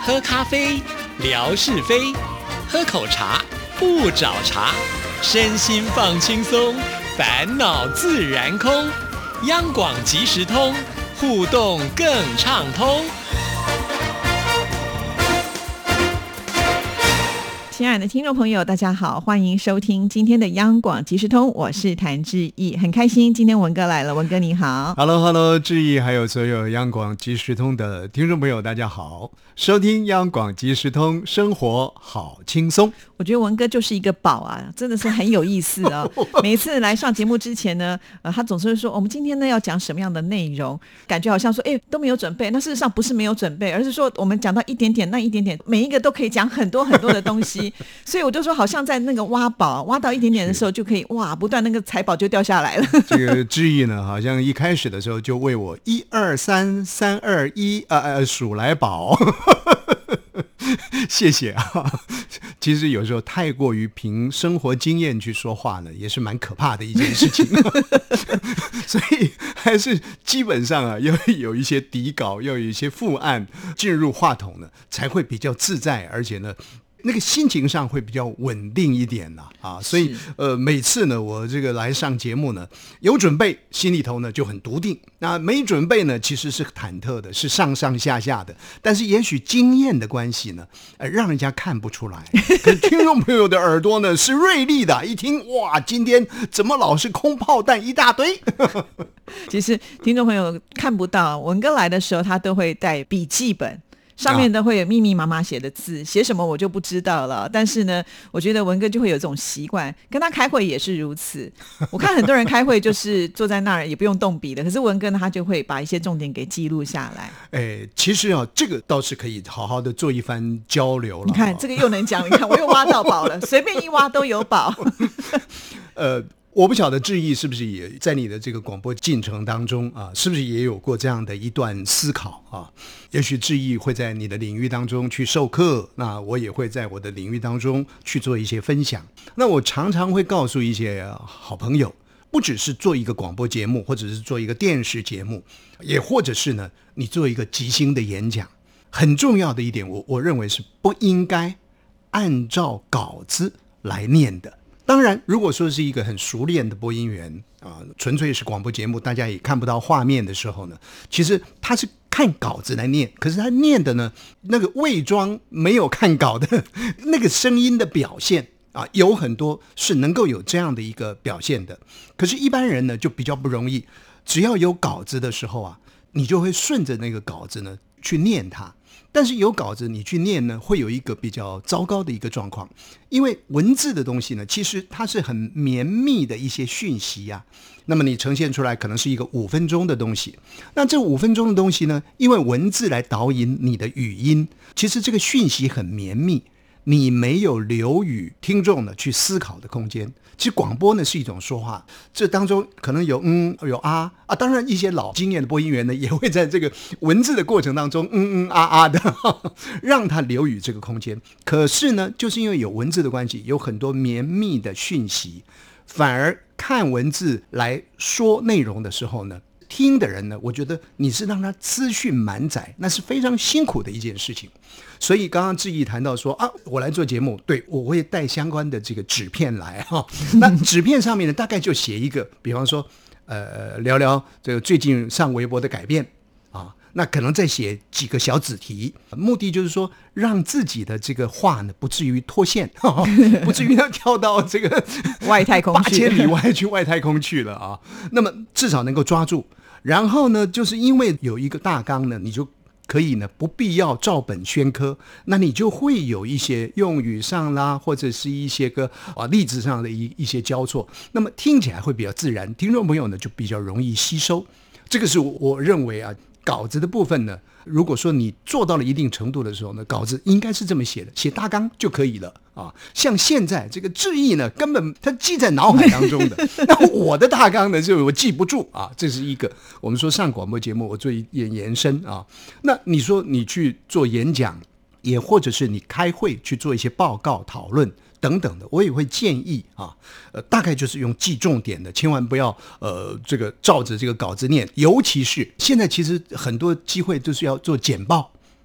喝咖啡，聊是非；喝口茶，不找茬。身心放轻松，烦恼自然空。央广即时通，互动更畅通。 亲爱的听众朋友，大家好，欢迎收听今天的央广即时通，我是谭志毅，很开心今天文哥来了，文哥你好。 Hello， 志毅还有所有央广即时通的听众朋友大家好，收听央广即时通，生活好轻松。 我觉得文哥就是一个宝啊，真的是很有意思啊、每一次来上节目之前呢，他总是会说我们今天呢要讲什么样的内容，感觉好像说都没有准备，那事实上不是没有准备，而是说我们讲到一点点，那一点点每一个都可以讲很多很多的东西所以我就说好像在那个挖宝，挖到一点点的时候就可以哇，不断那个财宝就掉下来了这个志毅呢好像一开始的时候就为我1 2 3 3 2 1数来宝谢谢啊。其实有时候太过于凭生活经验去说话呢，也是蛮可怕的一件事情所以还是基本上啊，要有一些底稿，要有一些副案进入话筒呢，才会比较自在，而且呢那个心情上会比较稳定一点啦啊，所以每次呢我这个来上节目呢，有准备心里头呢就很笃定，那没准备呢其实是忐忑的，是上上下下的，但是也许经验的关系呢让人家看不出来可是听众朋友的耳朵呢是锐利的，一听哇今天怎么老是空炮弹一大堆其实听众朋友看不到，文哥来的时候他都会带笔记本，上面都会有密密麻麻写的字，写什么我就不知道了，但是呢我觉得文哥就会有这种习惯，跟他开会也是如此。我看很多人开会就是坐在那儿也不用动笔的，可是文哥呢他就会把一些重点给记录下来。 其实啊这个倒是可以好好的做一番交流了。 你看这个又能讲，你看我又挖到宝了随便一挖都有宝我不晓得志毅是不是也在你的这个广播进程当中啊，是不是也有过这样的一段思考啊？也许志毅会在你的领域当中去授课，那我也会在我的领域当中去做一些分享。那我常常会告诉一些好朋友，不只是做一个广播节目，或者是做一个电视节目，也或者是呢你做一个即兴的演讲，很重要的一点我认为是不应该按照稿子来念的。当然如果说是一个很熟练的播音员纯粹是广播节目，大家也看不到画面的时候呢，其实他是看稿子来念，可是他念的呢那个伪装没有看稿的那个声音的表现有很多是能够有这样的一个表现的，可是一般人呢就比较不容易，只要有稿子的时候你就会顺着那个稿子呢去念它，但是有稿子你去念呢，会有一个比较糟糕的一个状况，因为文字的东西呢，其实它是很绵密的一些讯息那么你呈现出来可能是一个5分钟的东西，那这5分钟的东西呢，因为文字来导引你的语音，其实这个讯息很绵密，你没有留予听众呢去思考的空间。其实广播呢是一种说话，这当中可能有有当然一些老经验的播音员呢也会在这个文字的过程当中的让他留予这个空间。可是呢就是因为有文字的关系，有很多绵密的讯息，反而看文字来说内容的时候呢，听的人呢，我觉得你是让他资讯满载，那是非常辛苦的一件事情。所以刚刚志毅谈到说我来做节目，对，我会带相关的这个纸片来那纸片上面呢大概就写一个，比方说聊聊这个最近上微博的改变那可能再写几个小子题，目的就是说让自己的这个话呢不至于脱线不至于要跳到这个外太空去 8000里外去外太空去了那么至少能够抓住，然后呢就是因为有一个大纲呢，你就可以呢不必要照本宣科，那你就会有一些用语上啦，或者是一些个例子上的一些交错，那么听起来会比较自然，听众朋友呢就比较容易吸收。这个是我认为稿子的部分呢，如果说你做到了一定程度的时候呢，稿子应该是这么写的，写大纲就可以了像现在这个志毅呢，根本他记在脑海当中的那我的大纲呢，就我记不住这是一个我们说上广播节目我做一点延伸那你说你去做演讲，也或者是你开会去做一些报告讨论等等的，我也会建议大概就是用记重点的，千万不要这个照着这个稿子念，尤其是现在其实很多机会都是要做简报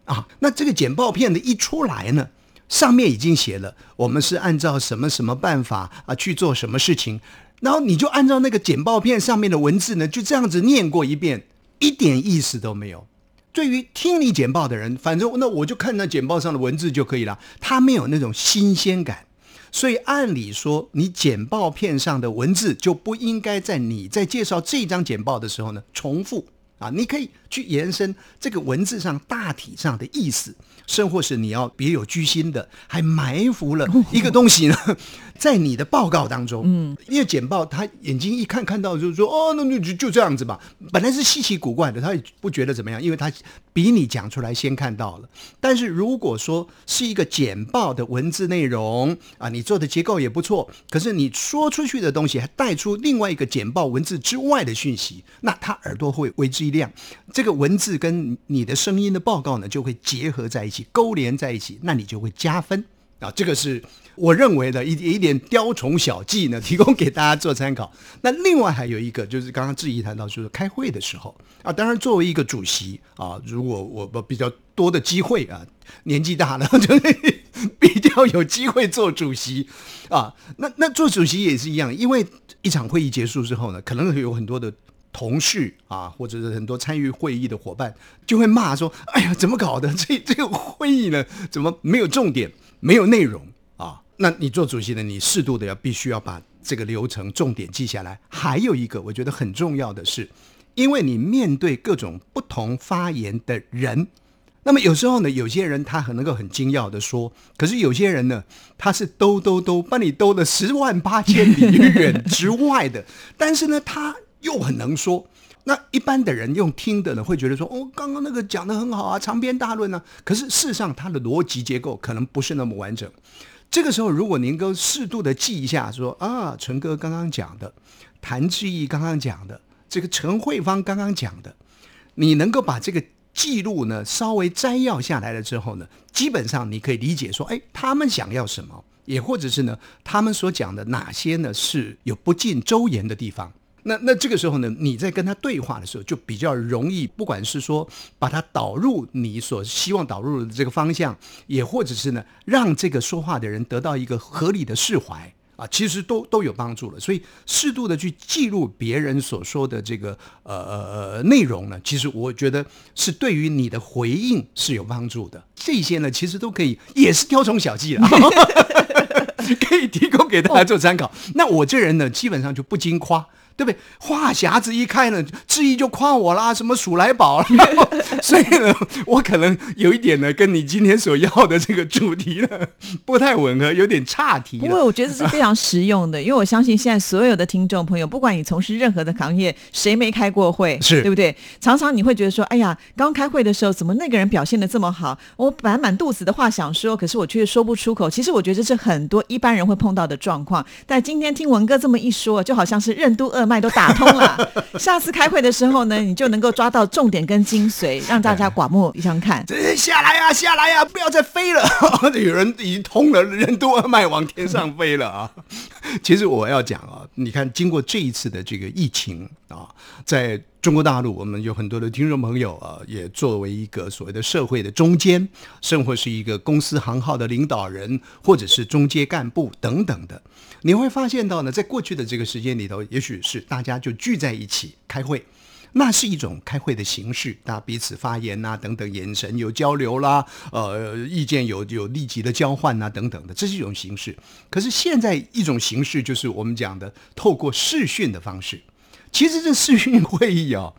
啊。那这个简报片的一出来呢，上面已经写了我们是按照什么什么办法啊去做什么事情，然后你就按照那个简报片上面的文字呢，就这样子念过一遍，一点意思都没有。对于听你简报的人，反正那我就看那简报上的文字就可以了，他没有那种新鲜感。所以按理说，你简报片上的文字就不应该在你在介绍这张简报的时候呢重复啊，你可以去延伸这个文字上大体上的意思，甚或是你要别有居心的，还埋伏了一个东西呢，在你的报告当中。因为简报他眼睛一看到就是说，哦，那就这样子吧，本来是稀奇古怪的，他也不觉得怎么样，因为他比你讲出来先看到了。但是如果说是一个简报的文字内容啊，你做的结构也不错，可是你说出去的东西还带出另外一个简报文字之外的讯息，那他耳朵会为之一亮，这个文字跟你的声音的报告呢就会结合在一起，勾连在一起，那你就会加分啊。这个是我认为的一点雕虫小技呢，提供给大家做参考。那另外还有一个就是刚刚志毅谈到，就是开会的时候啊，当然作为一个主席啊，如果我比较多的机会啊，年纪大了就是比较有机会做主席啊，那做主席也是一样，因为一场会议结束之后呢，可能有很多的同事啊，或者是很多参与会议的伙伴就会骂说，哎呀，怎么搞的，这个会议呢怎么没有重点，没有内容啊？那你做主席的，你适度的必须要把这个流程重点记下来。还有一个我觉得很重要的是，因为你面对各种不同发言的人，那么有时候呢，有些人他很能够很精要的说，可是有些人呢，他是兜把你兜了10万8千里远之外的，但是呢他又很能说。那一般的人用听的呢，会觉得说，哦，刚刚那个讲得很好啊，长篇大论啊，可是事实上他的逻辑结构可能不是那么完整。这个时候如果您能够适度的记一下说，啊，陈哥刚刚讲的，谭志毅刚刚讲的，这个陈慧芳刚刚讲的，你能够把这个记录呢稍微摘要下来了之后呢，基本上你可以理解说，哎，他们想要什么，也或者是呢他们所讲的哪些呢是有不尽周延的地方。那这个时候呢，你在跟他对话的时候就比较容易，不管是说把他导入你所希望导入的这个方向，也或者是呢让这个说话的人得到一个合理的释怀啊，其实都有帮助了。所以适度的去记录别人所说的这个内容呢，其实我觉得是对于你的回应是有帮助的。这些呢其实都可以，也是雕虫小技了可以提供给大家做参考。那我这人呢基本上就不经夸，对不对？话匣子一开呢，志毅就夸我啦，什么鼠来宝啦所以呢，我可能有一点呢，跟你今天所要的这个主题呢不太吻合，有点岔题了。 不过我觉得是非常实用的，因为我相信现在所有的听众朋友，不管你从事任何的行业，谁没开过会， 是对不对？常常你会觉得说，哎呀，刚开会的时候，怎么那个人表现得这么好？我本来满肚子的话想说，可是我却说不出口。其实我觉得这是很多一般人会碰到的状况。但今天听文哥这么一说，就好像是任督二脉都打通了。下次开会的时候呢，你就能够抓到重点跟精髓，让大家刮目相看。 下来呀，下来呀，不要再飞了有人已经通了任督二脉往天上飞了啊！其实我要讲啊，你看经过这一次的这个疫情啊，在中国大陆我们有很多的听众朋友啊，也作为一个所谓的社会的中间，甚或是一个公司行号的领导人，或者是中阶干部等等的，你会发现到呢，在过去的这个时间里头，也许是大家就聚在一起开会，那是一种开会的形式，大家彼此发言啊，等等，眼神有交流啦，意见有立即的交换啊，等等的，这是一种形式。可是现在一种形式就是我们讲的透过视讯的方式。其实这视讯会议啊，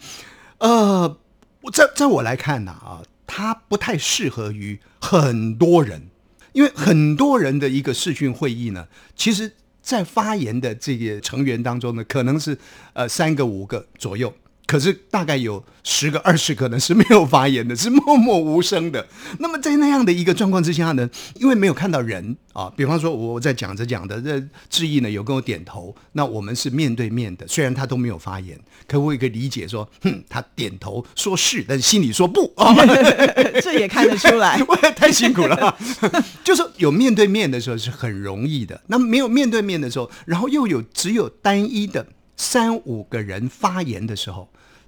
在我来看呢它不太适合于很多人，因为很多人的一个视讯会议呢，其实在发言的这个成员当中呢，可能是3个5个左右。可是大概有10个20个呢是没有发言的，是默默无声的。那么在那样的一个状况之下呢，因为没有看到人啊，比方说我在讲着这志毅呢有跟我点头，那我们是面对面的，虽然他都没有发言，可我也可以理解说，他点头说是，但是心里说不这也看得出来我也太辛苦了就是有面对面的时候是很容易的，那没有面对面的时候，然后又只有单一的3-5个人发言的时候，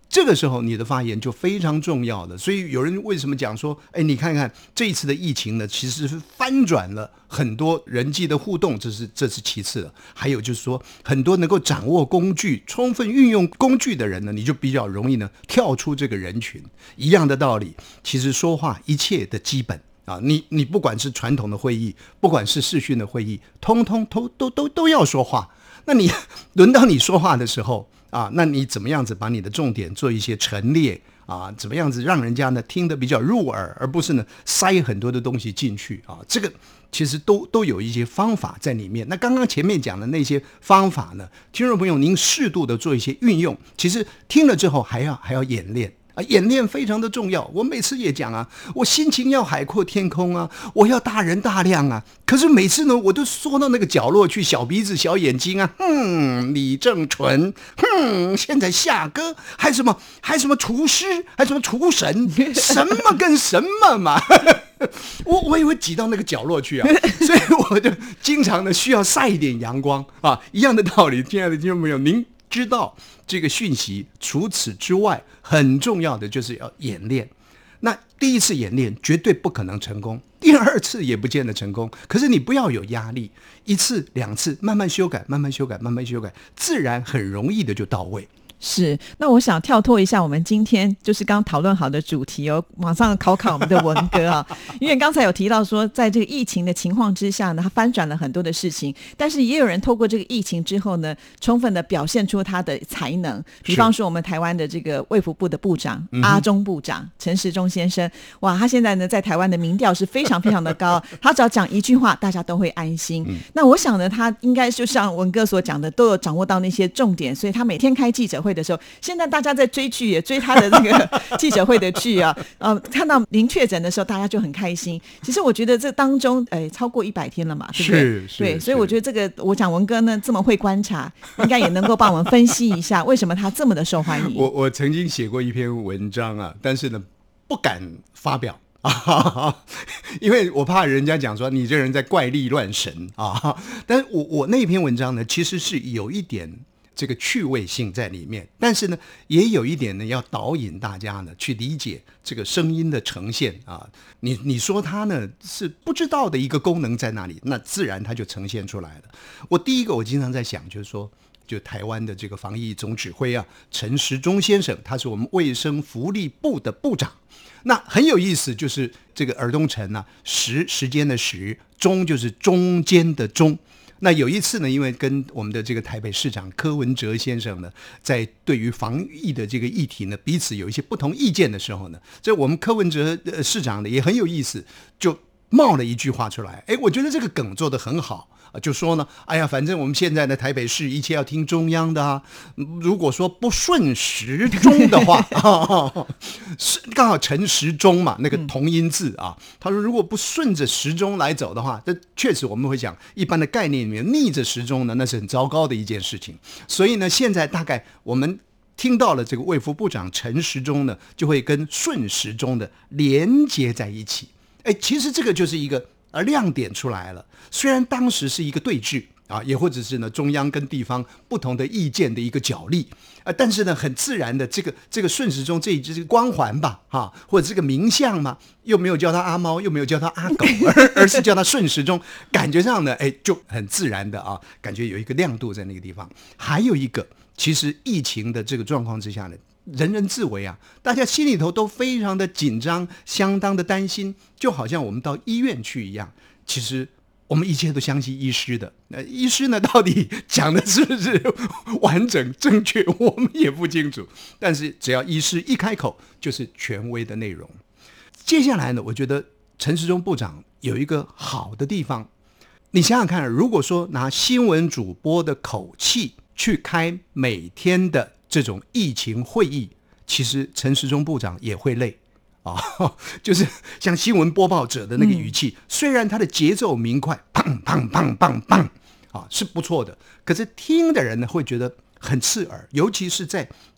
这个时候你的发言就非常重要了。所以有人为什么讲说，你看看这一次的疫情呢，其实是翻转了很多人际的互动，这是其次的。还有就是说，很多能够掌握工具、充分运用工具的人呢，你就比较容易呢跳出这个人群。一样的道理，其实说话一切的基本啊，你不管是传统的会议，不管是视讯的会议，通通都要说话。那你轮到你说话的时候啊，那你怎么样子把你的重点做一些陈列啊？怎么样子让人家呢听得比较入耳，而不是呢塞很多的东西进去啊？这个其实都有一些方法在里面。那刚刚前面讲的那些方法呢，听众朋友您适度的做一些运用，其实听了之后还要演练。演练非常的重要。我每次也讲啊，我心情要海阔天空啊，我要大人大量啊。可是每次呢，我都缩到那个角落去，小鼻子小眼睛啊，李正淳，现在夏哥，还什么厨师，还什么厨神，什么跟什么嘛。我也会挤到那个角落去啊，所以我就经常的需要晒一点阳光啊。一样的道理，亲爱的听众朋友，您知道这个讯息，除此之外很重要的就是要演练。那第一次演练绝对不可能成功，第二次也不见得成功，可是你不要有压力，一次两次慢慢修改，慢慢修改，慢慢修改，自然很容易的就到位。 是，那我想跳脱一下我们今天就是刚讨论好的主题哦，马上考我们的文哥啊，因为刚才有提到说，在这个疫情的情况之下呢，他翻转了很多的事情，但是也有人透过这个疫情之后呢，充分的表现出他的才能。比方说我们台湾的这个卫福部的部长阿中部长陈时中先生，哇，他现在呢在台湾的民调是非常非常的高，他只要讲一句话，大家都会安心。那我想呢，他应该就像文哥所讲的，都有掌握到那些重点，所以他每天开记者会的时候，现在大家在追剧，也追他的那个记者会的剧啊，看到零确诊的时候，大家就很开心。其实我觉得这当中，超过100天了嘛，对不对？对，所以我觉得这个，我讲文哥呢这么会观察，应该也能够帮我们分析一下为什么他这么的受欢迎。 我曾经写过一篇文章啊，但是呢不敢发表。因为我怕人家讲说你这人在怪力乱神啊。但是我那篇文章呢，其实是有一点这个趣味性在里面，但是呢也有一点呢要导引大家呢去理解这个声音的呈现啊。你说它呢是不知道的一个功能在哪里，那自然它就呈现出来了。我经常在想，就是说就台湾的这个防疫总指挥啊，陈时中先生，他是我们卫生福利部的部长。那很有意思，就是这个尔东陈啊，时间的时，中就是中间的中。那有一次呢，因为跟我们的这个台北市长柯文哲先生呢，在对于防疫的这个议题呢，彼此有一些不同意见的时候呢，这我们柯文哲市长呢也很有意思，就冒了一句话出来，我觉得这个梗做得很好。就说呢，哎呀，反正我们现在的台北市一切要听中央的啊。如果说不顺时钟的话，是刚好陈时中嘛，那个同音字啊。他说，如果不顺着时钟来走的话，这确实我们会讲，一般的概念里面逆着时钟呢，那是很糟糕的一件事情。所以呢，现在大概我们听到了这个卫福部长陈时中呢，就会跟顺时钟的连接在一起。其实这个就是一个亮点出来了。虽然当时是一个对峙啊，也或者是呢中央跟地方不同的意见的一个角力但是呢很自然的这个顺时钟这一支光环吧或者这个名相嘛，又没有叫他阿猫，又没有叫他阿狗，而是叫他顺时钟，感觉上呢就很自然的啊，感觉有一个亮度在那个地方。还有一个，其实疫情的这个状况之下呢，人人自危啊，大家心里头都非常的紧张，相当的担心，就好像我们到医院去一样。其实我们一切都相信医师的，医师呢到底讲的是不是完整正确，我们也不清楚。但是只要医师一开口，就是权威的内容。接下来呢，我觉得陈时中部长有一个好的地方，你想想看，如果说拿新闻主播的口气去开每天的这种疫情会议，其实陈时中部长也会累就是像新闻播报者的那个语气，虽然他的节奏明快，砰砰砰砰砰是不错的，可是听的人呢会觉得很刺耳，尤其是在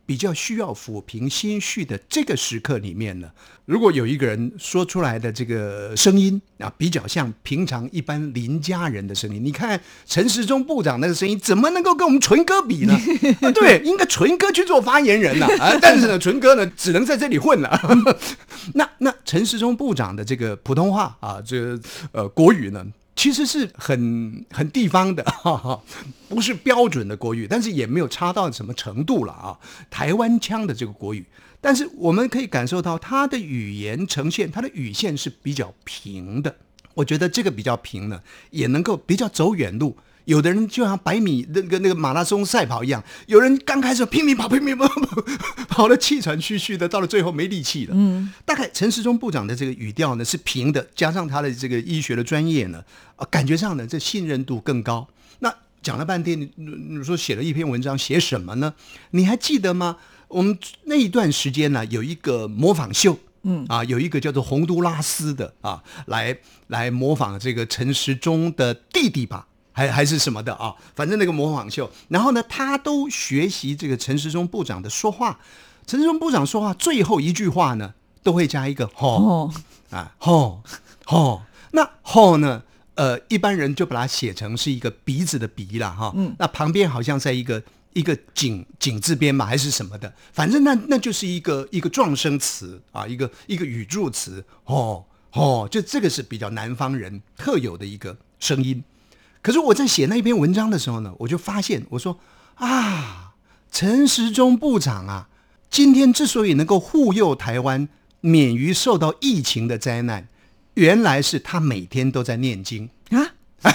比较需要抚平心绪的这个时刻里面呢，如果有一个人说出来的这个声音啊，比较像平常一般邻家人的声音，你看陈时中部长那个声音怎么能够跟我们纯哥比呢？对，应该纯哥去做发言人了啊，但是呢，纯哥呢只能在这里混了。那陈时中部长的这个普通话啊，这国语呢，其实是很地方的，不是标准的国语，但是也没有差到什么程度了啊。台湾腔的这个国语，但是我们可以感受到他的语言呈现，他的语线是比较平的。我觉得这个比较平呢，也能够比较走远路。有的人就像100米那个马拉松赛跑一样，有人刚开始拼命跑，跑得气喘吁吁的，到了最后没力气了。大概陈时中部长的这个语调呢是平的，加上他的这个医学的专业呢，感觉上呢这信任度更高。那讲了半天，你说写了一篇文章，写什么呢？你还记得吗？我们那一段时间呢，有一个模仿秀。有一个叫做洪都拉斯的啊，来模仿这个陈时中的弟弟吧，还是什么的啊，反正那个模仿秀。然后呢，他都学习这个陈时中部长的说话。陈时中部长说话最后一句话呢，都会加一个吼啊吼。那吼呢，一般人就把它写成是一个鼻子的鼻啦哈。那旁边好像在一个井字边嘛，还是什么的，反正那就是一个状声词啊，一个语助词，就这个是比较南方人特有的一个声音。可是我在写那篇文章的时候呢，我就发现，我说啊，陈时中部长啊，今天之所以能够护佑台湾免于受到疫情的灾难，原来是他每天都在念经啊。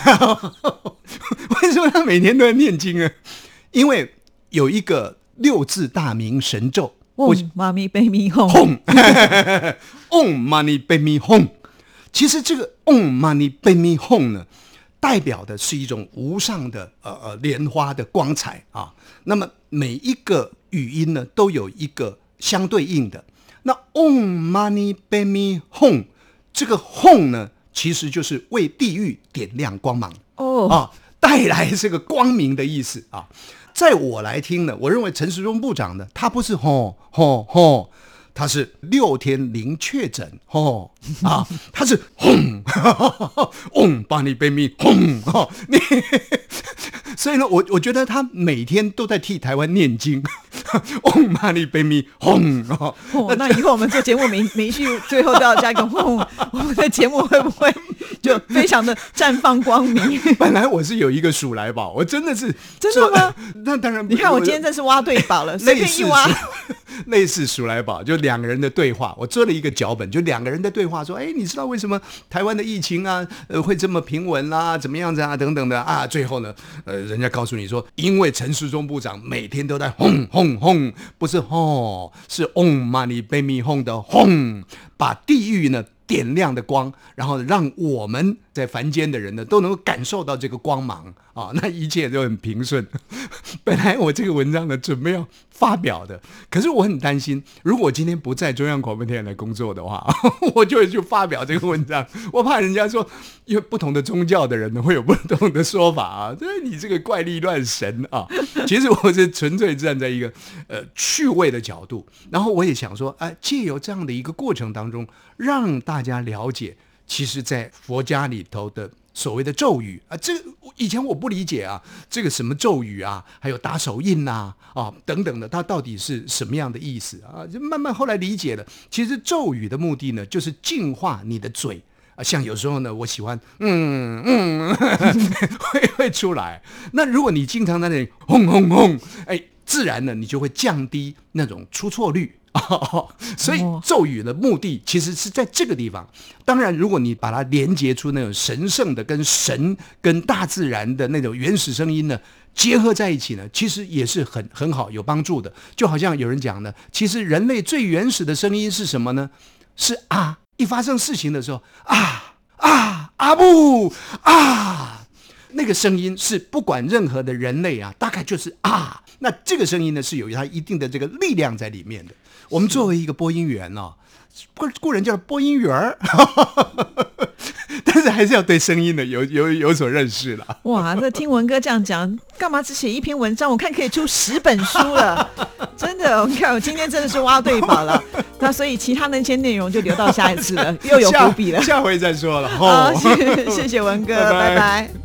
为什么他每天都在念经呢？因为有一个6字大明神咒 Om Mani Padme Hum Om Mani Padme Hum。 其实这个 Om Mani Padme Hum 呢，代表的是一种无上的莲花的光彩啊。那么每一个语音呢，都有一个相对应的。那 Om Mani Padme Hum 这个 Hum 呢，其实就是为地狱点亮光芒带来这个光明的意思啊。在我来听呢，我认为陈时中部长呢，他不是他是6天零确诊他是把你被密所以呢，我觉得他每天都在替台湾念经把你被密那以后我们做节目每一句最后都要加一个我们的节目会不会就非常的绽放光明？ 本来我是有一个鼠来宝，我真的是真的吗？ 那当然， 你看我今天真是挖对宝了，随便一挖。 类似鼠来宝，就2个人的对话，我做了一个脚本，就2个人的对话，说，你知道为什么台湾的疫情啊，会这么平稳啦，怎么样子啊，等等的啊，最后呢，人家告诉你说，因为陈时中部长每天都在轰，不是是 Om Mani Padme Hum 的轰，把地狱呢点亮的光，然后让我们在凡间的人呢都能够感受到这个光芒啊，那一切都很平顺。本来我这个文章呢准备要发表的，可是我很担心，如果我今天不在中央广播电台来工作的话，我就会去发表这个文章，我怕人家说，因为不同的宗教的人呢会有不同的说法啊，你这个怪力乱神啊。其实我是纯粹站在一个趣味的角度，然后我也想说，借由这样的一个过程当中，让大家了解，其实在佛家里头的所谓的咒语啊，这个以前我不理解啊，这个什么咒语啊，还有打手印啊等等的，它到底是什么样的意思啊？就慢慢后来理解了，其实咒语的目的呢，就是净化你的嘴啊。像有时候呢，我喜欢会出来。那如果你经常在那里轰，自然呢，你就会降低那种出错率。所以咒语的目的其实是在这个地方。当然如果你把它连接出那种神圣的跟神跟大自然的那种原始声音呢，结合在一起呢，其实也是很好有帮助的。就好像有人讲呢，其实人类最原始的声音是什么呢？是一发生事情的时候阿布那个声音是不管任何的人类大概就是那这个声音呢是有它一定的这个力量在里面的。我们作为一个播音员故人叫播音员但是还是要对声音的有所认识了。 哇，这听文哥这样讲，干嘛只写一篇文章？我看可以出10本书了，真的。我看我今天真的是挖对宝了。那所以其他那些内容就留到下一次了，又有伏笔了， 下回再说了。 好，谢谢文哥，拜拜。